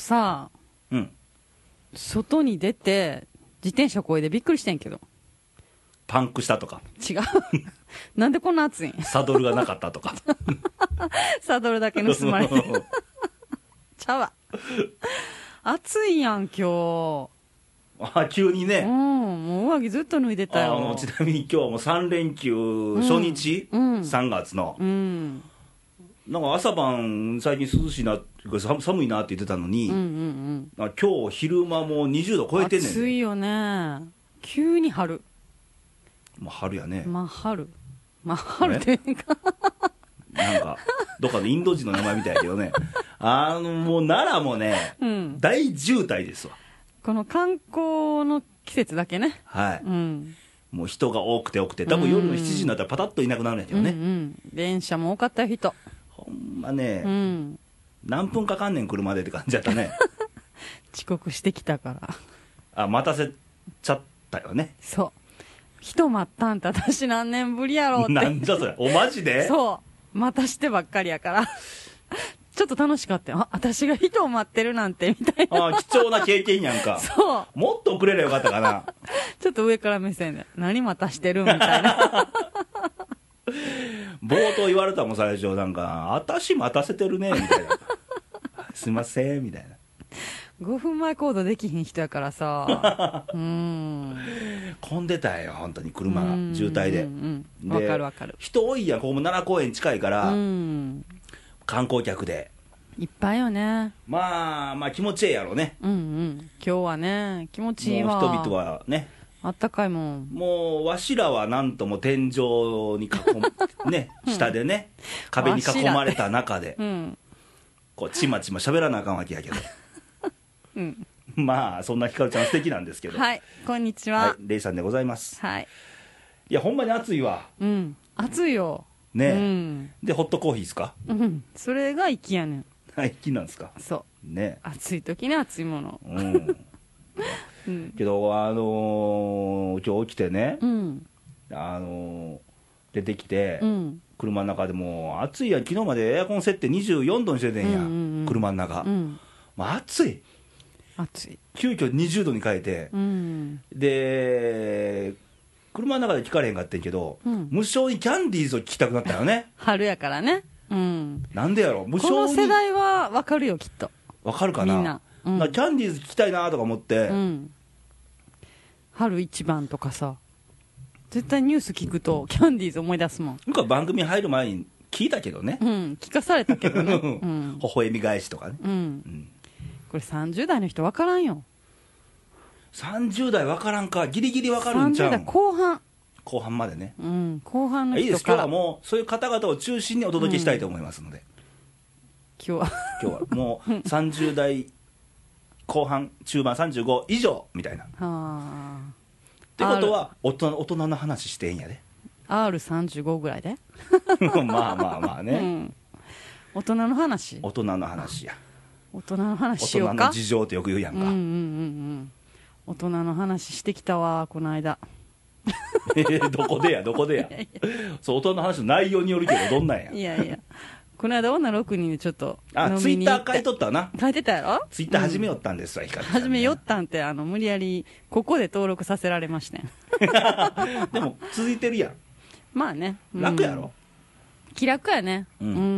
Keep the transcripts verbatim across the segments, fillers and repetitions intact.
朝、 うん、 外に出て自転車こいでびっくりしてんけど。 パンクしたとか。 違うなんでこんな暑いん。 サドルがなかったとかサドルだけ盗まれてちゃうわ暑いやん今日。 あ、急にね。 うん、もう上着ずっと脱いでたよ。 あのちなみに今日はもうさん連休初日、 うんうん、 さんがつの、 うん、 なんか朝晩最近涼しいな、寒いなって言ってたのに、 うんうんうん、 今日昼間もうにじゅうど超えてんねん。 暑いよね。急に春。 もう春やね。 まあ春まあ春っていうかなんかどっかのインド人の名前みたいやけどねあのもう奈良もね、うん、大渋滞ですわ。 この観光の季節だけね。 はい、 うん、 もう人が多くて多くて、多分夜のしちじになったらパタッといなくなるんやけどね、 うんうん、電車も多かったよ人。 ほんまね、 うん、 何分かかんねん車でって感じだったね遅刻してきたからあ、待たせちゃったよね。 そう、人待ったんって私何年ぶりやろうってなんだそれ、おマジで。 そう待たしてばっかりやからちょっと楽しかったよ。あ、私が人を待ってるなんてみたいな。 あ、貴重な経験やんか。 そうもっと遅れればよかったかなちょっと上から目線で何待たしてるみたいな冒頭言われたもん最初、なんか私待たせてるねみたいなすいませんみたいな。 ごふんまえ行動できひん人やからさうーん、 混んでたよ本当に車が渋滞で。 わかるわかる。 人多いやん、ここも奈良公園近いから、 うん、 観光客でいっぱいよね。 まあまあ気持ちええやろね。 うんうん、今日はね気持ちいいわ。 もう人々はねあったかいもん。 もうわしらはなんとも天井に囲むね下でね、壁に囲まれた中で、うん、こうちまちま喋らなあかんわけやけどうん、まあそんなひかるちゃん素敵なんですけど。 はい、こんにちは、 はい、レイさんでございます。 はい、 いやほんまに暑いわ。 うん、暑いよね、うん、でホットコーヒーですか。 うん、それが粋やねん。 粋なんですか。 そうね、 暑い時に暑いもの、 うんうん、けどあのー、今日起きてね、うん、あのー、出てきて、うん、車の中でも暑いやん。昨日までエアコン設定にじゅうよんどにしててんや、うんうんうん、車の中、うん、まあ、暑い暑い。 急遽にじゅうどに変えて、うん、で車の中で聞かれへんかったんけど、うん、無性にキャンディーズを聞きたくなったよね春やからね、うん、 なんでやろ。無性にこの世代は分かるよきっと。 分かるかな、みんな、うん、なキャンディーズ聞きたいなとか思って、うん、 春一番とかさ、絶対ニュース聞くとキャンディーズ思い出すもん。 僕は番組入る前に聞いたけどね、うん、 聞かされたけどね、うん、 微笑み返しとかね、うんうん、 これさんじゅう代の人分からんよ。 さんじゅう代分からんか。ギリギリ分かるんちゃう。 さんじゅう代後半後半までね、 うん、後半の人から。 いいです、今日はもうそういう方々を中心にお届けしたいと思いますので、うん、 今日は今日はもうさんじゅう代後半中盤さんじゅうご以上みたいなはってことは大人、大人の話してんやでアールさんじゅうご ぐらいでまあまあまあね、うん、 大人の話大人の話や。 大人の話しようか。 大人の事情ってよく言うやんか、うんうんうんうん、 大人の話してきたわこの間どこでやどこでやいやいやそう大人の話の内容によるけどどんなんや。 いやいやこの間女ろくにんでちょっとあツイッター書いとったな。 書いてたやろ。 ツイッター始めよったんですわ、うん、 始めよったんってあの無理やりここで登録させられましたんでも続いてるやん。 まあね、 うん、楽やろ。 気楽やね。うん、うん、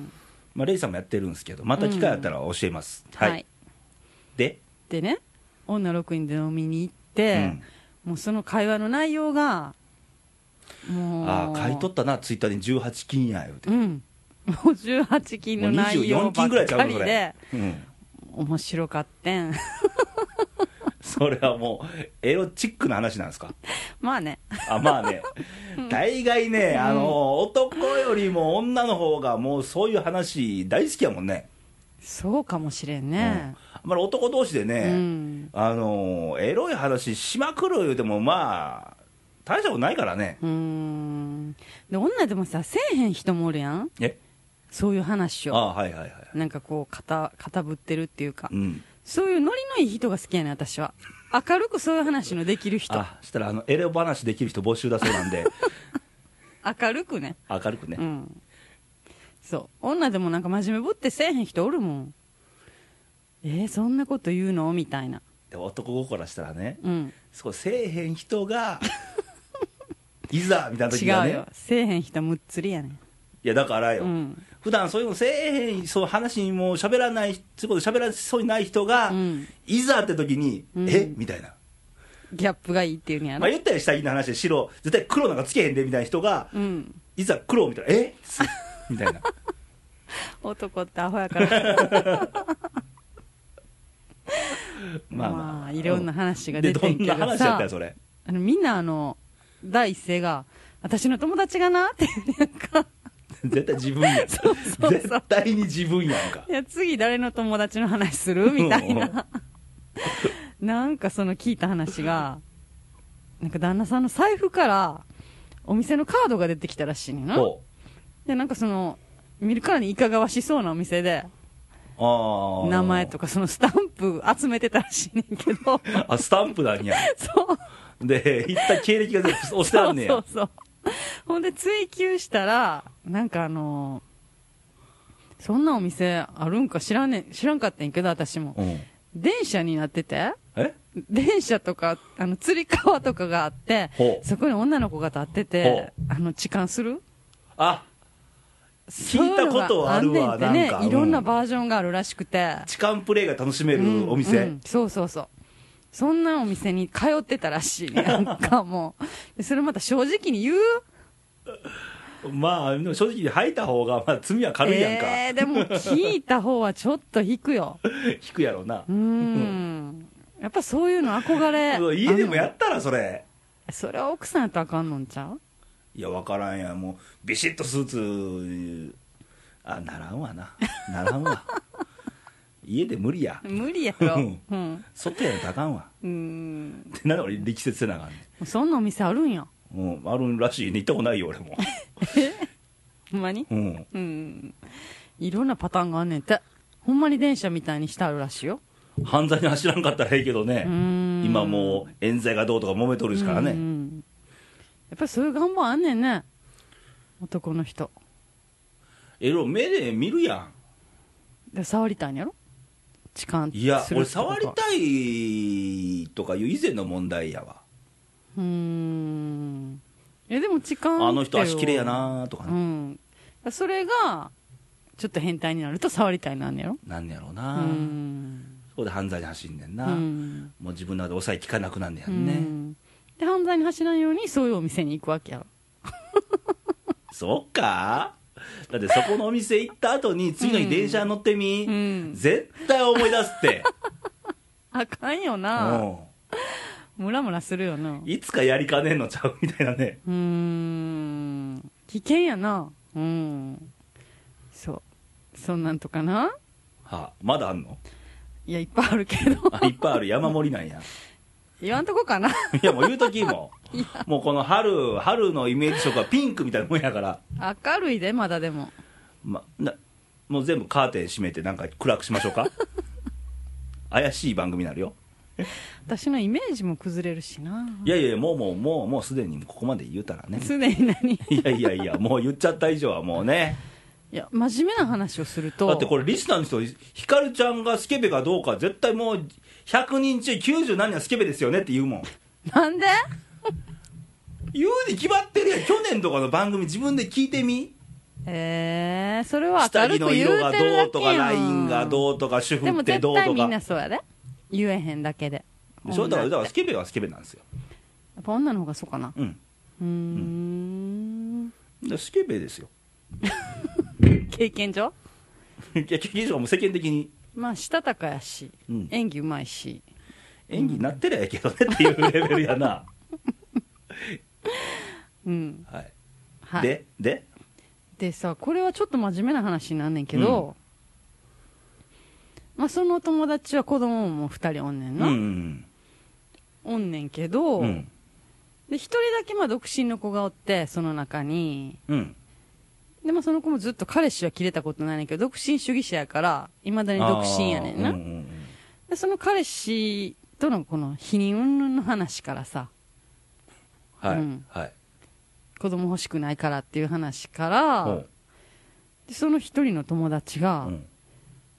まあレイさんもやってるんですけど、また機会あったら教えます、うん、はい、はい、ででね女ろくにんで飲みに行って、うん、もうその会話の内容がもうああ書いとったなツイッターにじゅうはちきんや言うて、うん、 もうじゅうはちきんの内容ばっかりで、 うん、 面白かってんそれはもうエロチックな話なんですか。 まあねあまあね大概ね、うん、あの男よりも女の方がもうそういう話大好きやもんね。 そうかもしれんね、 うん、あんまり男同士でね、うん、あのエロい話しまくる言うてもまあ大したことないからね。 うーんで女でもさせえへん人もおるやん。 えそういう話をあ、はいはいはい、 なんかこう肩肩ぶってるっていうか、 うん、 そういうノリのいい人が好きやねん私は。明るくそういう話のできる人。 あしたらあのエロ話できる人募集だそうなんで明るくね明るくね、 うん、そう女でもなんか真面目ぶってせえへん人おるもん。 えー、そんなこと言うのみたいな。 で男心したらね、 うん、 そうせえへん人がいざみたいな時がね、 違うよ、せえへん人むっつりやねん。 いやだからよ、 うん、 普段そういうのせえへん、そう話にも喋らない、そういうこと喋らそうにない人が、うん、いざって時に、うん、えみたいなギャップがいいっていうんやろ。 まあ言ったり下着の話で白絶対黒なんかつけへんでみたいな人が、うん、いざ黒みたいなえみたいな男ってアホやからまあまあ、 まあ、いろんな話が出てんけどさ、 どんな話やったよそれ。 あのみんなあの第一声が私の友達がなってなんか絶対自分やんそうそうそう絶対に自分やんか。 いや次誰の友達の話するみたいななんかその聞いた話がなんか旦那さんの財布からお店のカードが出てきたらしいねんな。でなんかその見るからにいかがわしそうなお店であ名前とかそのスタンプ集めてたらしいねんけどあスタンプなんやそうで一旦経歴が全部押してあんねや。 そうそうそうほんで追求したらなんかあのー、そんなお店あるんか知らんねん知らんかったんやけど私も、うん、電車になっててえ電車とかあのつり革とかがあってそこに女の子が立っててあの痴漢するあ聞いたことはあるわ。 なんね、いろんなバージョンがあるらしくて痴漢プレイが楽しめるお店、 うんうん、そうそうそうそんなお店に通ってたらしいねなんかもうそれまた正直に言うまあ正直に吐いた方がまあ罪は軽いやんか。 えー、でも聞いた方はちょっと引くよ引くやろな。 うんやっぱそういうの憧れ家でもやったらそれそれは奥さんやったらあかんのんちゃう。 いや分からんやもうビシッとスーツあならんわなならんわ家で無理や無理やろ、 うん、外やるとあかんわうんってなんで俺力説せなあかんねん。そんなお店あるんや。 うんあるらしいね。行ったことないよ俺もえほんまにうん、うん、いろんなパターンがあんねんて。ほんまに電車みたいにしてあるらしいよ。 犯罪に走らんかったらええけどね。今もう冤罪がどうとか揉めとるしからね。うんやっぱりそういう願望あんねんね男の人。 えろ目で見るやん。 で触りたいんやろ痴漢する。 いや俺触りたいとかいう以前の問題やわ。 うーんえでも痴漢あの人足きれいやなとかね、うん、 それがちょっと変態になると触りたいなんやろなんやろうな。うんそこで犯罪に走んねんな。うんもう自分の中で抑えきかなくなんねやんね。うんで犯罪に走らんようにそういうお店に行くわけやろそっかだってそこのお店行った後に次の日電車乗ってみ、うんうん、絶対思い出すってあかんよな。ムラムラするよな。 いつかやりかねんのちゃうみたいなね。 うーん危険やな。うんそうそんなんとかな。はあまだあんの。 いやいっぱいあるけどあいっぱいある山盛りなんや言わんとこかな。いやもう言うときももうこの春春のイメージ色はピンクみたいなもんやから明るいでまだでも、 ま、なもう全部カーテン閉めてなんか暗くしましょうか怪しい番組になるよ私のイメージも崩れるしな。 いやいやもうもうもうもうすでにここまで言うたらね。 すでに何いやいやいやもう言っちゃった以上はもうね。 いや真面目な話をするとだってこれリスナーの人ひかるちゃんがスケベかどうか絶対もうひゃくにん中きゅうじゅう何人はスケベですよねって言うもん。 なんで言うに決まってるやん。去年とかの番組自分で聞いてみ。 えー、それは明るく言うてるだけやん。 下着の色がどうとかラインがどうとか主婦ってどうとか。でも絶対みんなそうやで言えへんだけで。 そうだからだからスケベはスケベなんですよ。 やっぱ女の方がそうかな。うんうーんだスケベですよ経験上いや経験上も世間的にまあしたたかやし、うん、演技うまいし演技になってりゃやけどねっていうレベルやなうんはい、はい、でででさこれはちょっと真面目な話になんねんけど、うん、まあその友達は子供もふたりおんねんな、うんうんおんねんけど、うん、でひとりだけまあ独身の子がおってその中に、うん、でまあその子もずっと彼氏は切れたことないねんけど独身主義者やからいまだに独身やねんな、うんうんうん、でその彼氏とのこの否認云々の話からさ、はいうんはい、子供欲しくないからっていう話からでその一人の友達が、うん、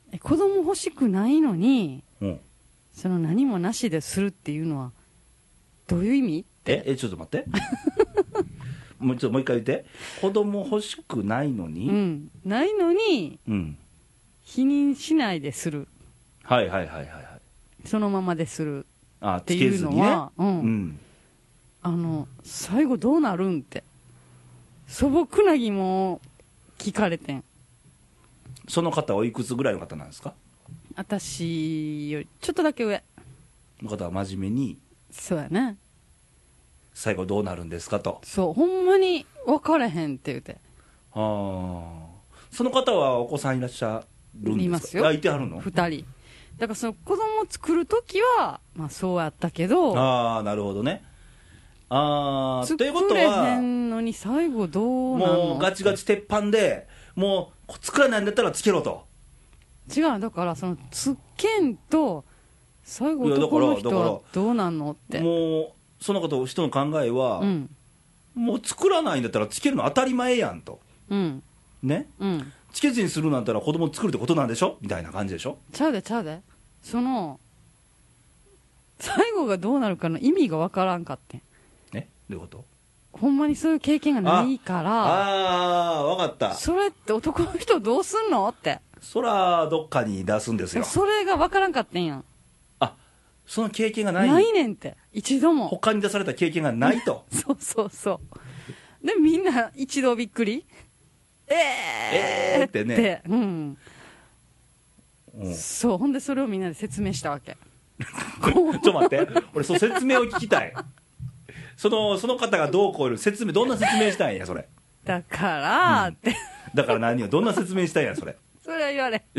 え子供欲しくないのに、 うん、 その何もなしでするっていうのはどういう意味って。 ええちょっと待ってもうちょっともう一回言って。子供欲しくないのに、 うん、ないのに、うん、否認しないでする。 はいはいはいはいはい。 そのままでするあっていうのは、 ね、うん、 うん、あの最後どうなるんって素朴な疑問を聞かれてん。 その方おいくつぐらいの方なんですか？ 私よりちょっとだけ上の方は真面目に、 そうやね、 最後どうなるんですかと。 そう、ほんまに分かれへんって言うて。 ああ、その方はお子さんいらっしゃるんですか？いますよ。 あ、いてはるの？ ふたり。だからその子供を作るときは、まあそうやったけど。 ああ、なるほどね。ああ、ということは、 作れへんのに最後どうなの？ もうガチガチ鉄板で、もう作らないんだったらつけろと。 違う、だからそのつけんと、最後男の人はどうなんのって。 もう、その方、人の考えは、うん、もう作らないんだったらつけるの当たり前やんと。うん。ね、うん、つけずにするんだったら子供作るってことなんでしょみたいな感じでしょ。 ちゃうでちゃうで、その最後がどうなるかの意味がわからんかってん。 え、どういうこと？ ほんまにそういう経験がないから。 ああ、わかった。 それって男の人どうすんのって。 そらどっかに出すんですよ。 それがわからんかってんやん。 あ、その経験がない。 ないねんって、一度も他に出された経験がないと。 そうそうそうで、みんな一度びっくり、えー、 えーってねって、 うん、うん、そう。ほんでそれをみんなで説明したわけちょっと待って、俺その説明を聞きたい。そのその方がどうこういう説明、どんな説明したんやそれ。 だからって、うん、 だから何をどんな説明したんやそれ。 それは言われ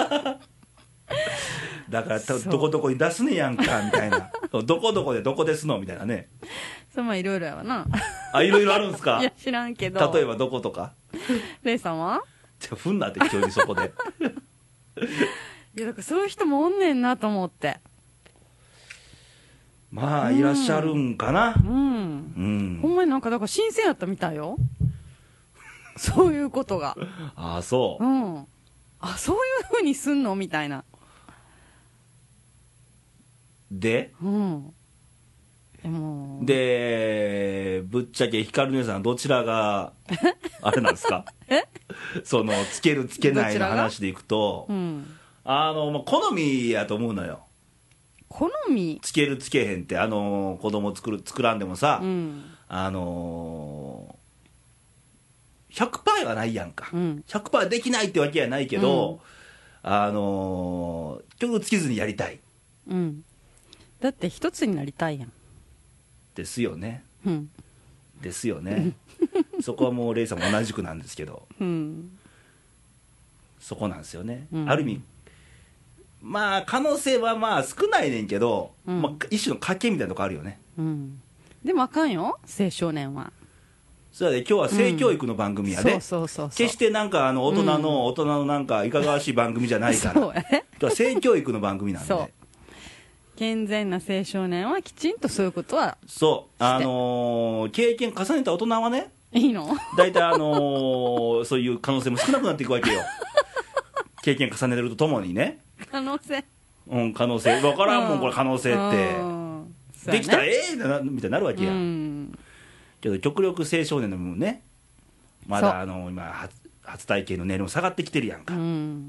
だからどこどこに出すねやんかみたいなどこどこでどこですのみたいなね。 そう、まあいろいろやわな。 あ、いろいろあるんですか？ いや知らんけど。 例えばどことか。 レイさんは？ じゃあふんなって急にそこでいやだからそういう人もおんねんなと思って。 まあいらっしゃるんかな。うん、うん、 ほんまになんかだから新鮮やったみたいよそういうことが。 ああ、そう、 うん、あ、そういう風にすんのみたいな。 で、 うん、でもでぶっちゃけヒカル姉さんどちらがあれなんですか？ えそのつけるつけないの話でいくと、うん、あの、まあ、好みやと思うのよ。 好み？ つけるつけへんって、あの子供作る作らんでもさ、うん、あのー、ひゃくパーセント はないやんか、うん、ひゃくパーセント できないってわけやないけど、うん、あのー、結局つけずにやりたい、 うん、だって一つになりたいやん。 ですよね、 うん、 ですよねそこはもうレイさんも同じくなんですけど、うん、そこなんですよね、うん、ある意味まあ可能性はまあ少ないねんけど、うん、まあ、一種の賭けみたいなとこあるよね、 うん、でもあかんよ青少年は。 そうやで、今日は性教育の番組やで、うん、そうそうそうそう、決してなんかあの大人の、うん、大人のなんかいかがわしい番組じゃないから、今日は性教育の番組なんで、そう健全な青少年はきちんとそういうことはそう、あのー、経験重ねた大人はね、 いいの大体、あのー、そういう可能性も少なくなっていくわけよ経験重ねるとともにね、 可能性、 うん、可能性分からんもん、これ可能性って、できたらええー、みたいになるわけや、うん、けど極力青少年の部分ね、まだあの今 初, 初体験の年齢も下がってきてるやんか、うん、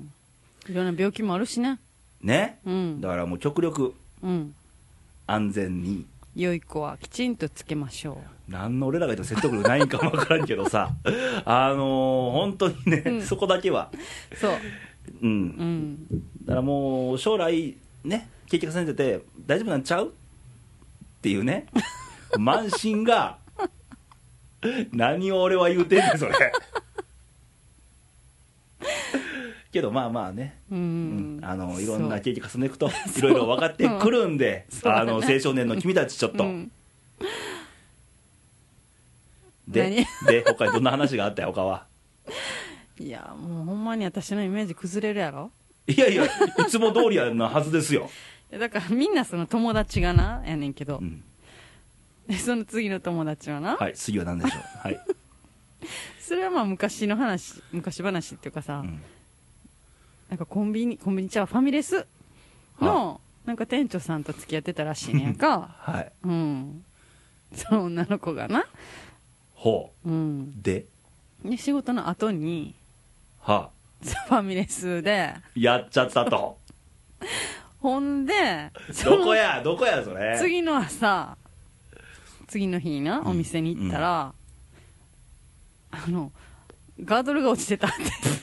いろんな病気もあるしね、 ね、うん、だからもう極力、うん、安全に良い子はきちんとつけましょう。 何の俺らが言ったら説得力ないんかも分からんけどさあのー、本当にね、うん、そこだけはそう、 うん、うん、だからもう将来ね経験重ねてて大丈夫なんちゃうっていうね慢心が何を俺は言うてんねんそれけどまあまあね、うん、うん、あのいろんな経験重ねていくといろいろ分かってくるんで、あの青少年の君たちちょっと、うん、でで他にどんな話があったよ他は。 いやもうほんまに私のイメージ崩れるやろ。 いやいやいつも通りやなはずですよだからみんなその友達がなやねんけど、うん、でその次の友達はな、 はい、次は何でしょうはいそれはまあ昔の話昔話っていうかさ、うん、 なんかコンビニコンビニちゃうファミレスのなんか店長さんと付き合ってたらしいねんかはい、 うん、その女の子がなほう、 うん、 でで仕事の後にはファミレスでやっちゃったとほんでどこやどこやそれ次の朝次の日なお店に行ったら、うんうん、あのガードルが落ちてたって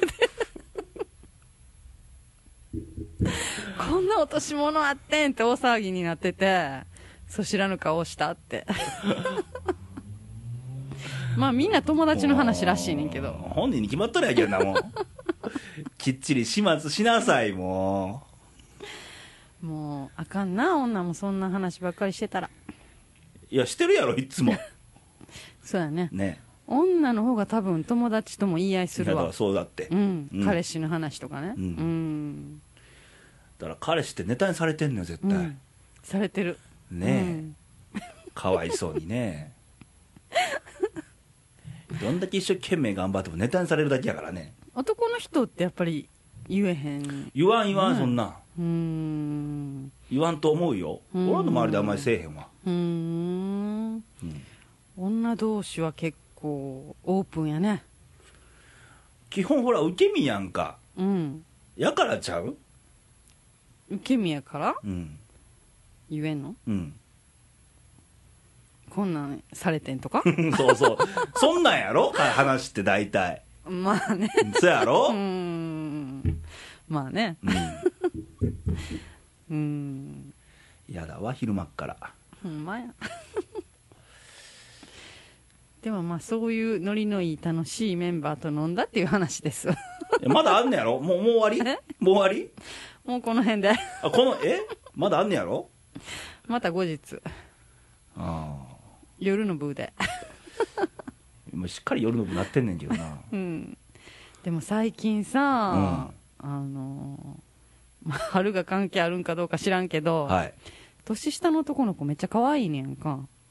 こんな落とし物あってんって大騒ぎになっててそう知らぬ顔をしたってまあみんな友達の話らしいねんけど本人に決まっとるやけどなもうきっちり始末しなさいもうもうあかんな女もそんな話ばっかりしてたらいやしてるやろいつもそうやねね女の方が多分友達とも言い合いするわそうだって、 うんうん、彼氏の話とかね、 うん、 うん、 だから彼氏ってネタにされてんのよ絶対、うん、 されてるねえ、うん、かわいそうにねどんだけ一生懸命頑張ってもネタにされるだけやからね男の人ってやっぱり言えへん言わん言わん、うん、そんなうーん言わんと思うよ俺の周りであんまりせえへんわうーん、うん、女同士は結構オープンやね基本ほら受け身やんかうんやからちゃう受け身やから、 うん、 言えんのうんこんなんされてんとかそうそうそんなんやろ話って大体まあねそうやろうーんまあねうんうんやだわ昼間っからほんまやでもまあそういうノリのいい楽しいメンバーと飲んだっていう話ですまだあんねやろもうもう終わりもう終わりもうこの辺であこのえまだあんねやろまた後日ああ夜の部でもうしっかり夜の部なってんねんけどな、 うん、でも最近さ、うん、あの、まあ、春が関係あるんかどうか知らんけど、はい、年下の男の子めっちゃ可愛いねんか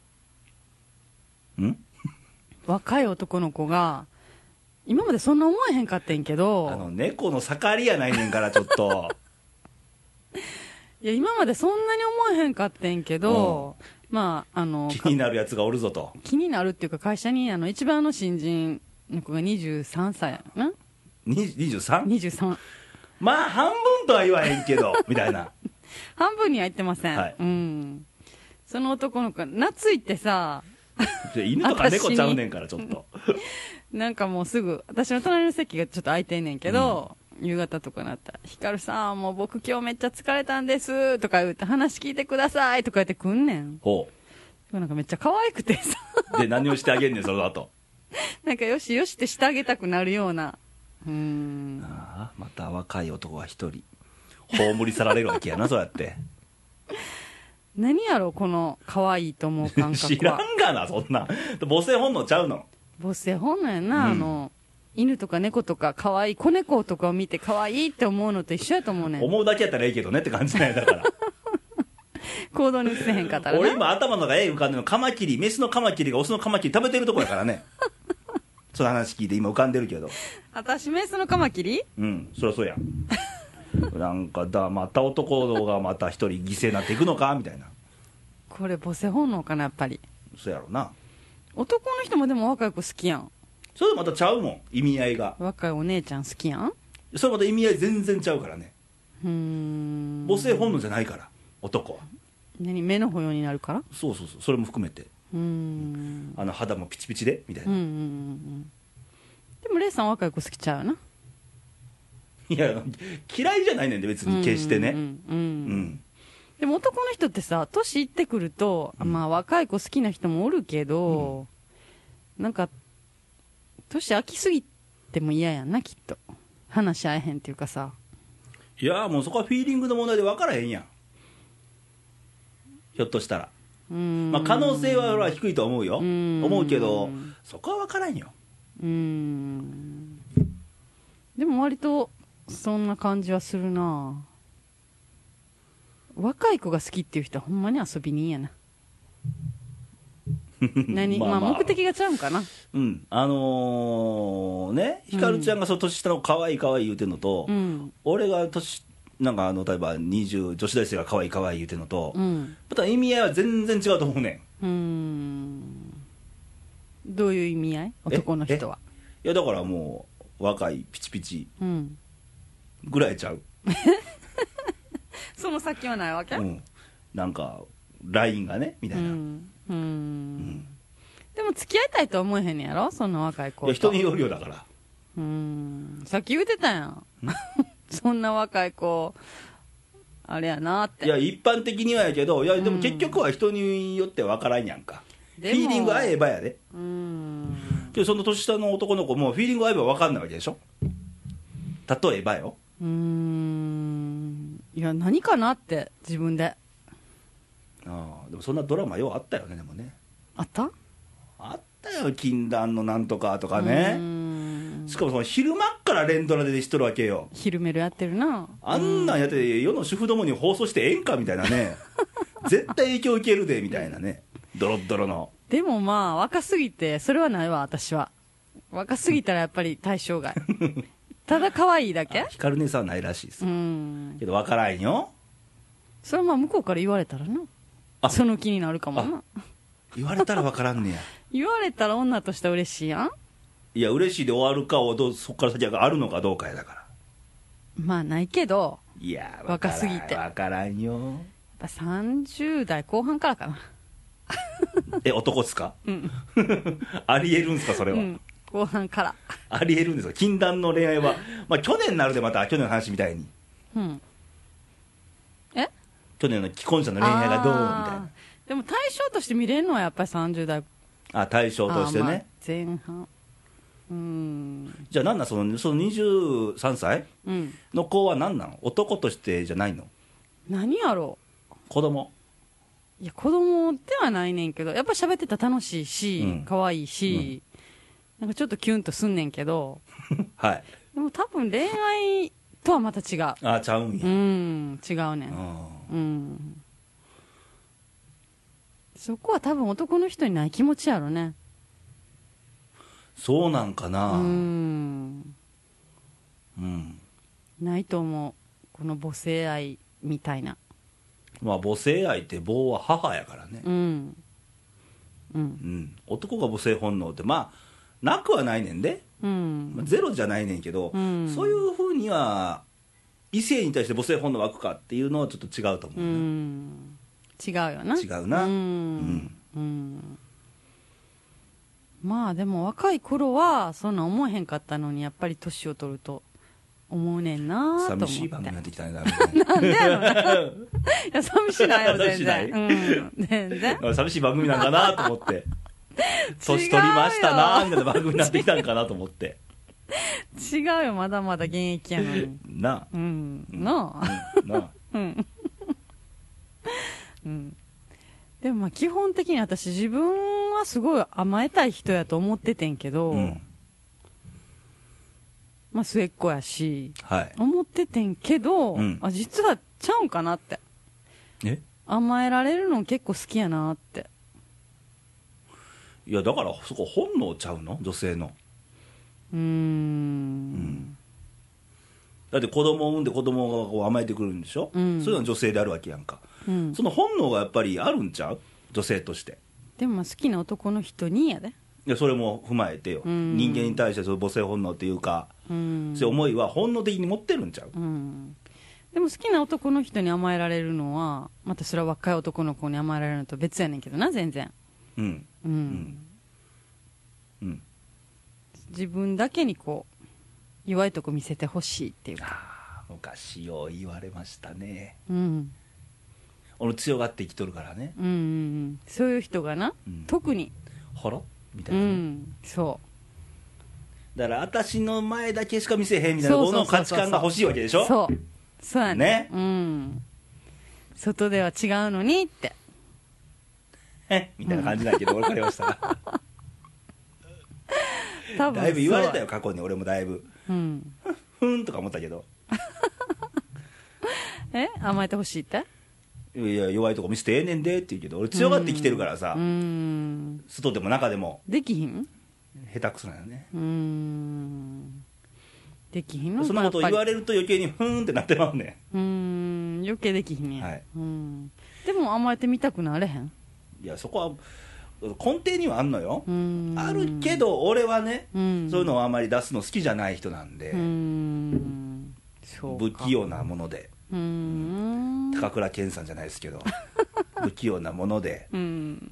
ん若い男の子が今までそんな思えへんかってんけどあの猫の盛りやないねんからちょっといや今までそんなに思えへんかってんけど、うんまあ、あの気になるやつがおるぞと気になるっていうか会社にあの一番の新人の子がにじゅうさんさいやなにじゅうさん? にじゅうさんまあ半分とは言わへんけどみたいな半分には言ってません、 はい、 うん、その男の子懐いてさ犬とか猫ちゃうねんからちょっとなんかもうすぐ私の隣の席がちょっと空いてんねんけど、うん、夕方とかなったらひかるさんもう僕今日めっちゃ疲れたんですとか言って話聞いてくださいとか言ってくんねんほうなんかめっちゃ可愛くてさで何をしてあげんねんその後なんかよしよしってしてあげたくなるようなうーんああまた若い男が一人葬り去られるわけやなそうやって何やろこの可愛いと思う感覚は知らんがなそんな母性本能ちゃうの母性本能やな、うん、あの犬とか猫とか可愛い子猫とかを見て可愛いって思うのと一緒やと思うねん思うだけやったらいいけどねって感じなんやだから行動に移せへんかったらな俺今頭の中絵浮かんでるのカマキリメスのカマキリがオスのカマキリ食べてるとこやからねその話聞いて今浮かんでるけど私メスのカマキリうんそりゃそうやなんかだまた男がまた一人犠牲になっていくのかみたいなこれ母性本能かなやっぱりそうやろな男の人もでも若い子好きやんそれまたちゃうもん意味合いが若いお姉ちゃん好きやんそれまた意味合い全然ちゃうからねうーん母性本能じゃないから男は何目の保養になるからそうそうそうそれも含めてうーんあの肌もピチピチでみたいな、 うんうんうん、でもレイさん若い子好きちゃうないや嫌いじゃないねんで別に決してね、うんうんうんうん、でも男の人ってさ年いってくると、うん、まあ若い子好きな人もおるけど、うん、なんか年飽きすぎても嫌やんなきっと話し合えへんっていうかさいやもうそこはフィーリングの問題で分からへんやんひょっとしたらうーん、まあ、可能性は低いと思うよ思うけどそこは分からんようーんでも割とそんな感じはするな若い子が好きっていう人はほんまに遊び人やな何まあ、まあ、目的がちゃうんかな。 うんあのー、ねひかるちゃんがその年下の可愛い可愛い言うてんのと、うん、俺が年なんかあの例えばにじゅう女子大生が可愛い可愛い言うてんのと、うん、また意味合いは全然違うと思うねん。うーんどういう意味合い男の人は。 いやだからもう若いピチピチぐらいちゃう、うん、 その先はないわけ、 うん、なんかラインがねみたいな、うん、うんうんでも付き合いたいとは思えへんねやろそんな若い子と。 いや人によるよだから。 うーんさっき言うてたやんそんな若い子あれやなって。 いや一般的にはやけどいやでも結局は人によって分からんやんか、フィーリング合えばやで。うーんでその年下の男の子もフィーリング合えば分かんないわけでしょ。例えばよ。 うーんいや何かなって自分で。 ああでもそんなドラマようあったよね。でもねあったあったよ禁断のなんとかとかね。しかもその昼間っから連ドラでしとるわけよ。 昼メロやってるな。 あんなんやって世の主婦どもに放送してええんかみたいなね絶対影響受けるでみたいなねドロッドロの。 でもまあ若すぎてそれはないわ私は。若すぎたらやっぱり対象外ただ可愛いだけ。 ヒカル姉さんはないらしいです。うんけど分からんよ。 それはまあ向こうから言われたらなあその気になるかもな。 言われたら分からんねや言われたら女としては嬉しいやん。 いや嬉しいで終わるかをどうそこから先があるのかどうかやだから。 まあないけど。 いや若すぎて分からんよ。やっぱさんじゅう代後半からかなえ男っすか、 うん、 ありえるんすかそれは、うん、 後半からありえるんですか禁断の恋愛は。まあ去年になるでまた去年の話みたいに、うん、 え去年の既婚者の恋愛がどうみたいな。 でも対象として見れるのはやっぱりさんじゅう代。 あ対象としてね、まあ、 前半。うんじゃあ何なんそのそのにじゅうさんさいの子は何なの、男としてじゃないの。 何やろう。 子供。 いや子供ではないねんけどやっぱ喋ってたら楽しいし、うん、可愛いし、うん、なんかちょっとキュンとすんねんけどはいでも多分恋愛とはまた違う。 あちゃうんや。 うん違うねん。うんそこは多分男の人にない気持ちやろね。 そうなんかな。 うんうんないと思うこの母性愛みたいな。 まあ母性愛って母は母やからね。うん、うんうん、男が母性本能ってまあなくはないねんで、うんまあ、ゼロじゃないねんけど、うん、そういうふうには異性に対して母性本能湧くかっていうのはちょっと違うと思う、ねうん、 違うよな。 違うな、うんうんうん、まあでも若い頃はそんな思えへんかったのにやっぱり年を取ると思うねんなと思って。 寂しい番組になってきたね。 なんでやろないや寂しないよ全然、うん、全然寂しい番組なんかなと思って年取りましたなみたいな番組になってきたんかなと思って違うよまだまだ現役やのになあ、 うん、なあ、うん、なあうん、うん、でもまあ基本的に私自分はすごい甘えたい人やと思っててんけど、うんまあ、末っ子やし、はい、思っててんけど、うん、あ実はちゃうんかなって。え甘えられるの結構好きやなって。 いやだからそこ本能ちゃうの女性の。うーん、うん、だって子供を産んで子供がこう甘えてくるんでしょ、うん、そういうのは女性であるわけやんか、うん、その本能がやっぱりあるんちゃう女性として。 でも好きな男の人にやで。 いやそれも踏まえてよ、うん、人間に対してその母性本能っていうか、うん、そういう思いは本能的に持ってるんちゃう、うん、 でも好きな男の人に甘えられるのはまたそれは若い男の子に甘えられるのと別やねんけどな全然うんうん、うんうん、自分だけにこう弱いとこ見せてほしいっていうか。 あ昔よう言われましたね。うん俺強がって生きとるからね、うんうんうん、 そういう人がな、うん、特にほらみたいな、ねうん、そうだから私の前だけしか見せへんみたいなこの価値観が欲しいわけでしょ。 そうそうや ね, ね、うん、外では違うのにってえみたいな感じなんやけど、うん、分かりましたが多分だいぶ言われたよ過去に俺もだいぶ、うん、ふんとか思ったけどえ甘えてほしいっていや弱いとこ見せてええねんでって言うけど、俺強がってきてるからさ、うん外でも中でもできひん下手くそなんよね。 うーんできひんのそんなことを言われると余計にふーんってなってまうねん。うーん余計できひんね、 はい、 うんでも甘えてみたくなれへん。 いやそこは根底にはあんのよ。あるけど俺はね、そういうのをあまり出すの好きじゃない人なんで、うんそう不器用なもので、うーん高倉健さんじゃないですけど不器用なもので、うん、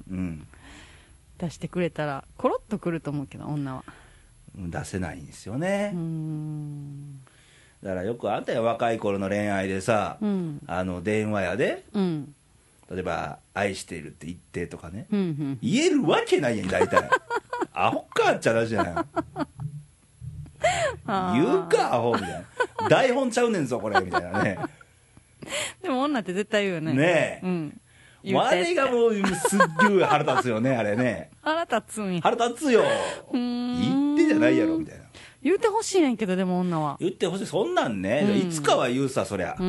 うん、 出してくれたらコロッとくると思うけど女は出せないんですよね。うーんだからよくあったよ、若い頃の恋愛でさ、うん、あの電話屋で、うん例えば愛しているって言ってとかね、うんうん、言えるわけないやん大体アホかっちゃだじゃん言うかアホみたいな台本ちゃうねんぞこれみたいなねでも女って絶対言うよね。 ねえ、うん、あれがもうすっげえ腹立つよねあれね腹立つんや。 腹立つよ言ってじゃないやろみたいな。 言うてほしいねんけど、でも女は言ってほしい。そんなんね、うん、いつかは言うさそりゃ、うん、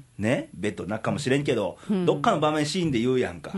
ねベッドの中かもしれんけど、うん、どっかの場面シーンで言うやんか、うん、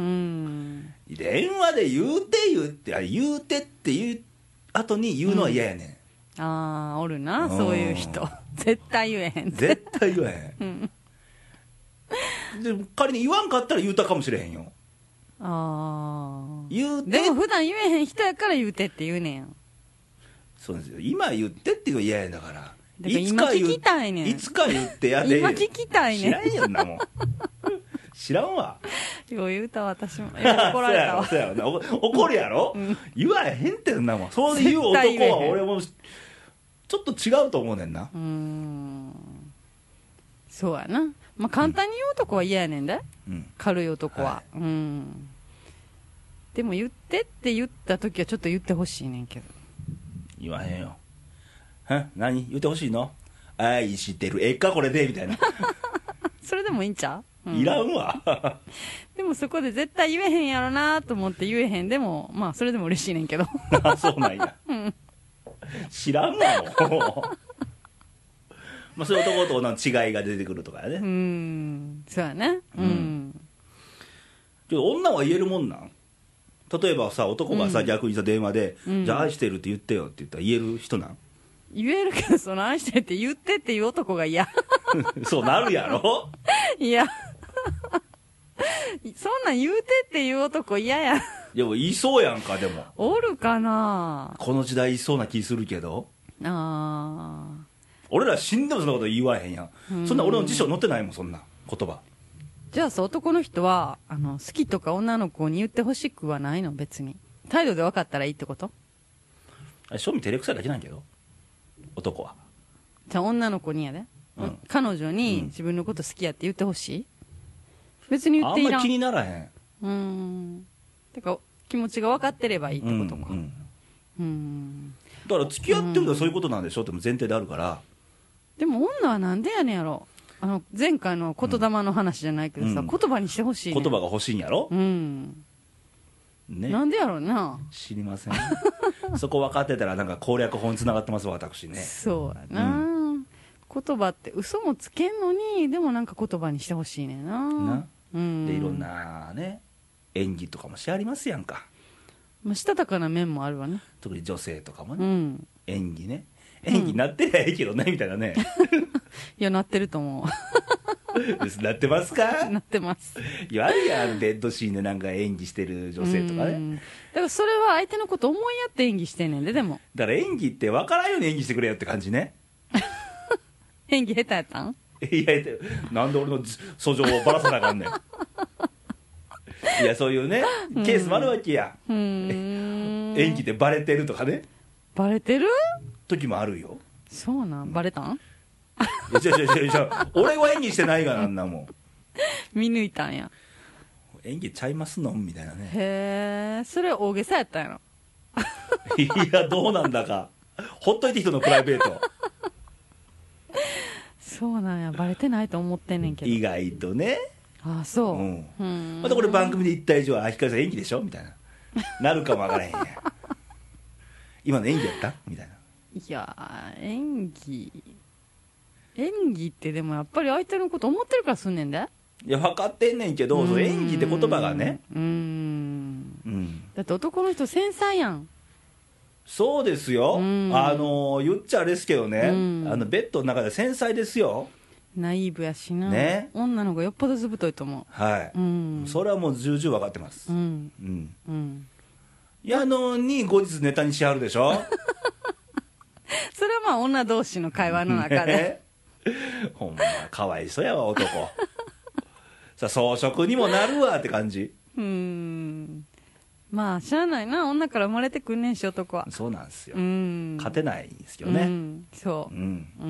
電話で言うて言うってあれ言うてって言う後に言うのは嫌やねん、 うん、ああおるなそういう人絶対言えへん絶対言えへん、うん、で仮に言わんかったら言うたかもしれへんよ。ああ言うてでも普段言えへん人やから言うてって言うねんやん。 そうですよ今言ってっていうの嫌やだから。だから今聞きたいねん。 いつか言ってやで今聞きたいねん。 知らんよんなもん知らんわ。 よう言うた私も怒られたわそうやろそうやろ怒るやろ、うん、言わへんってんなもん。そういう男は俺もちょっと違うと思うねんな。うーんそうやな。まあ簡単に言う男は嫌やねんで、うん、軽い男は、はい、うんでも言ってって言った時はちょっと言ってほしいねんけど。 言わへんよ。は何言ってほしいの。愛してるええかこれでみたいなそれでもいいんちゃう、うん、 いらんわでもそこで絶対言えへんやろなと思って言えへんでもまあそれでも嬉しいねんけどあそうなんや、うん、知らんわもうまあそういう男と女の違いが出てくるとかやね。 うんそうやねうん、うん、 けど女は言えるもんなん。例えばさ男がさ、うん、逆にさ電話で、うん、じゃあ愛してるって言ってよって言ったら言える人なん。 言えるけどその愛してるって言ってっていう男が嫌そうなるやろいやそんなん言うてっていう男嫌や。 でもいそうやんか。でもおるかなこの時代いそうな気するけど。ああ俺ら死んでもそんなこと言わへんやん。んそんな俺の辞書載ってないもんそんな言葉。 じゃあさ男の人はあの好きとか女の子に言ってほしくはないの。別に態度で分かったらいいってこと。 あれ正味照れくさいだけなんやけど男は。 じゃあ女の子にやで、うん、彼女に自分のこと好きやって言ってほしい、うん、別に言っていらん。 あんまり気にならへん。 うーんてか気持ちが分かってればいいってことか。うん、うん、 うんだから付き合ってるのはそういうことなんでしょっても前提であるから。 でも女はなんでやねんやろ。あの前回の言霊の話じゃないけどさ、うん、言葉にしてほしい、ね、 言葉が欲しいんやろ、 うんね、なんでやろうな。 知りませんそこ分かってたらなんか攻略法につながってますわ私ね。 そうやな、うん、言葉って嘘もつけんのにでもなんか言葉にしてほしいねんな。な、 うん、でいろんなね演技とかもしてありますやんか。 まあ、したたかな面もあるわね。 特に女性とかもね、うん、演技ね演技なってないけどね、うん、みたいなねいやなってると思うなってますか。 なってます。 いやあるやんベッドシーンでなんか演技してる女性とかね。 だからそれは相手のこと思いやって演技してんねんで。でもだから演技って分からんように演技してくれよって感じね演技下手やったん。 いやなんで俺の訴状をばらさなあかんねんいやそういうねケースもあるわけや。うん演技でバレてるとかね。 バレてる時もあるよ。 そうなん、バレたん。 いやいやいやいや俺は演技してないがなんなもん見抜いたんや。 演技ちゃいますのみたいなね。 へえそれ大げさやったんやろいやどうなんだかほっといて人のプライベートそうなんや。バレてないと思ってんねんけど意外とね。 ああそう、うん、うんまたこれ番組で言った以上は光さん演技でしょみたいななるかもわからへんや今の演技やったみたいな。 いや演技演技ってでもやっぱり相手のこと思ってるからすんねんで。 いや分かってんねんけど、その演技って言葉がね、 うーん、うん、だって男の人繊細やん。 そうですよ、あの言っちゃあれですけどね、あのベッドの中で繊細ですよ。 ナイーブやしな、ね、女の子がよっぽどずぶといと思う。 はい、うん、それはもう重々分かってます。うんうんうん、やのに後日ネタにしはるでしょそれはまあ女同士の会話の中で、 ね、ほんまかわいそうやわ男さあ装飾にもなるわって感じ。 うーん、まあしゃあないな、女から生まれてくんねんし男は。 そうなんですよ、うん、勝てないんですけどね、うん、 そう、うんうん、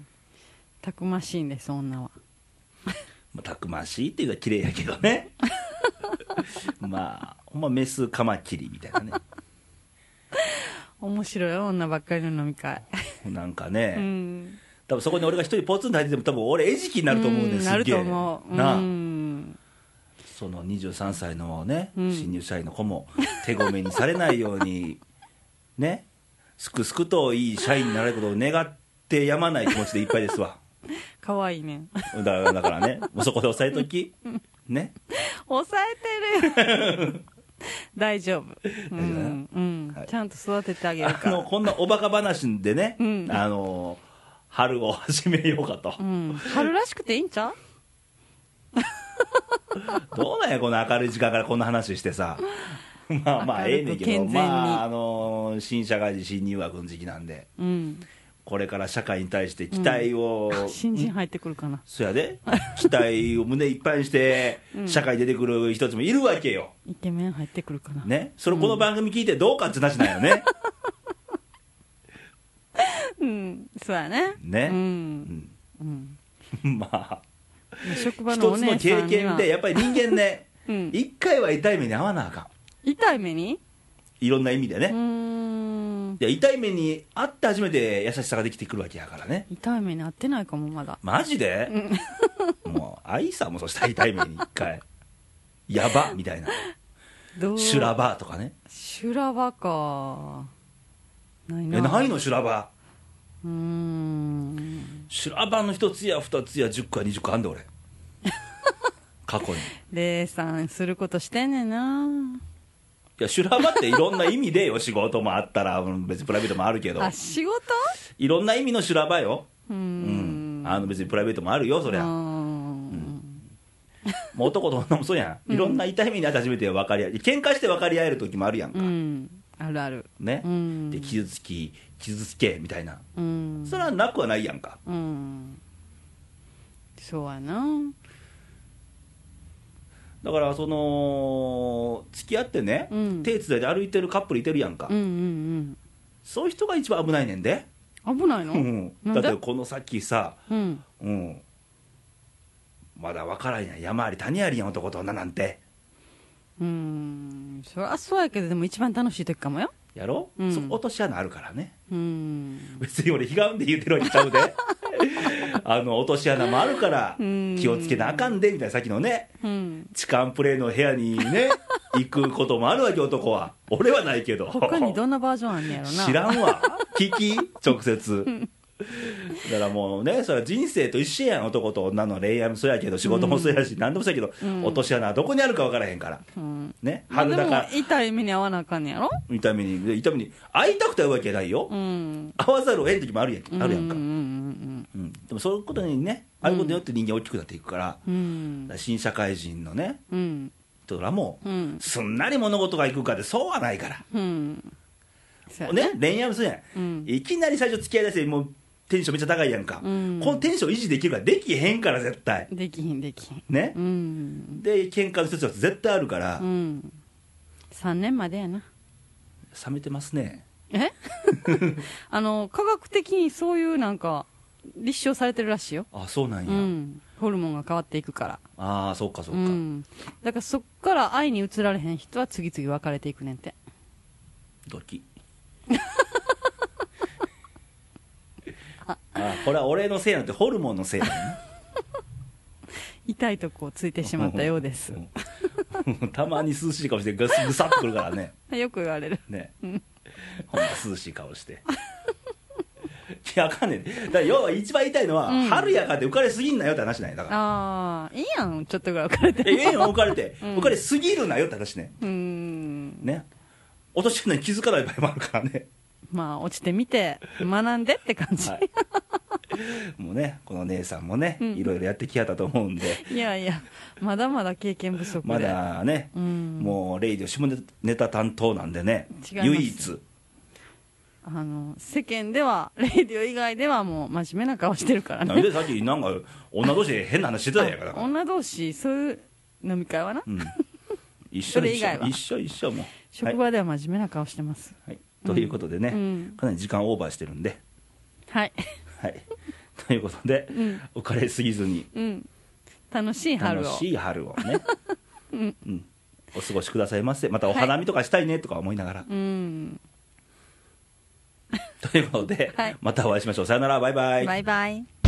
たくましいんです女はたくましいっていうのは綺麗やけどねまあほんまメスカマキリみたいなね面白い女ばっかりの飲み会なんかね、うん、多分そこに俺が一人ポツンと入ってても多分俺餌食になると思うんです、うん、 なると思うなあ、 うん、 そのにじゅうさんさいのね、うん、新入社員の子も手ごめにされないようにね、すくすくといい社員になれることを願ってやまない気持ちでいっぱいですわかわいいねだから、だからね、もうそこで抑えときね、 抑えてる大丈夫、うんうんはい、ちゃんと育ててあげるから。 あのこんなおバカ話でね、うん、あの春を始めようかと、うん、 春らしくていいんちゃうどうなんやこの明るい時間からこんな話してさまあまあええねんけど、まああの新社会人新入学の時期なんで、うん、これから社会に対して期待を、 うん、新人入ってくるかな、 そやで期待を胸いっぱいにして社会に出てくる人たちもいるわけよ、 イケメン入ってくるかな、 ね、それこの番組聞いてどうかって話なんよねうん、そうやねね、うんうんうん、まあ職場のお姉さんには一つの経験でやっぱり人間ね、うん、一回は痛い目に遭わなあかん。 痛い目にいろんな意味でね、うーん、いや痛い目に遭って初めて優しさができてくるわけやからね。 痛い目に遭ってないかもまだ。 マジで、うん、もう愛さもそしたら痛い目に一回やばみたいな修羅場とかね。 修羅場かないな。 えないの修羅場。うーん修羅場の一つや二つやじゅっこやにじゅっこあんで俺過去に霊散することしてんねんな。 いや修羅場っていろんな意味でよ仕事もあったら別にプライベートもあるけど。 あ仕事いろんな意味の修羅場よ。うん、うん、あの別にプライベートもあるよそりゃ。うん、もう男と女もそうやん。いろんな痛い目にあって初めて分かり合え、喧嘩して分かり合える時もあるやんか、うん、 あるあるね、うん、で傷つき傷つけみたいな、うん、それはなくはないやんか、うん、 そうやな。 だからその付き合ってね、うん、手つないで歩いてるカップルいてるやんか、うんうんうん、そういう人が一番危ないねんで。 危ないの、うん、 だってこの先さ、うんうん、まだ分からんやん、山あり谷ありやん男と女なんて。 うーんそりゃそうやけどでも一番楽しい時かもよ。 やろ、うん、そ落とし穴あるからね。うん別に俺ひがんで言うてるわけちゃうであの落とし穴もあるから気をつけなあかんでみたいなさっきのね、うん、痴漢プレイの部屋にね行くこともあるわけ男は。俺はないけど他にどんなバージョンあんねやろな。 知らんわ聞き直接だからもうねそれは人生と一緒やん。男と女の恋愛もそうやけど仕事もそうやし、うん、何でもそうやけど、うん、落とし穴はどこにあるか分からへんから、うん、ね春だから、まあ、でも痛い目に遭わなあかんねやろ。 痛い目に痛い目に会いたくて会うわけないよ、うん、会わざるを得ん時もあるやん、あるやんか、うんうんうんうん、でもそういうことにねああいうことによって人間大きくなっていくから、うん、だから新社会人のね、うん、人らも、うん、すんなり物事がいくかってそうはないから、うんね、恋愛もそうやん、うん、いきなり最初付き合いだしてもうテンションめっちゃ高いやんか、うん、このテンション維持できるからできへんから絶対できひんできひんね、うん、で喧嘩の一つは絶対あるから、うん、 さんねんまでやな。 冷めてますね。 えあの科学的にそういうなんか立証されてるらしいよ。 あそうなんや、うん、 ホルモンが変わっていくから。 ああそうかそうか、うん、 だからそっから愛に移られへん人は次々別れていくねんて。 ドキあこれは俺のせいなんてホルモンのせいだね痛いとこをついてしまったようですたまに涼しい顔してぐさっとくるからねよく言われるねほんま涼しい顔してやあかんねん。だから要は一番言いたいのは、うん、春やかって浮かれすぎんなよって話なんや。だからああいいやん、ちょっとぐらい浮かれてええやん浮かれて、うん、浮かれすぎるなよって話ね。 うんね、落としてるのに気づかない場合もあるからね。 まあ落ちてみて学んでって感じ、はい、 もうねこの姉さんもね、うん、いろいろやってきはったと思うんで、 いやいやまだまだ経験不足で、 まだね、うん、もうレイディオ下ネタ担当なんでね、唯一あの世間ではレイディオ以外ではもう真面目な顔してるからね。 なんでさっきなんか女同士で変な話してたんやから女同士そういう飲み会はな、うん、 一緒一緒一緒一緒もう職場では真面目な顔してます、 はい、ということでね、うん、かなり時間オーバーしてるんで、 はい、 はい、ということで、うん、浮かれすぎずに、 うん、楽しい春を楽しい春をね、うんうん、お過ごしくださいませ。またお花見とかしたいねとか思いながら、はい、うんということで、はい、またお会いしましょう。さよなら、バイバイ。 バイバイ。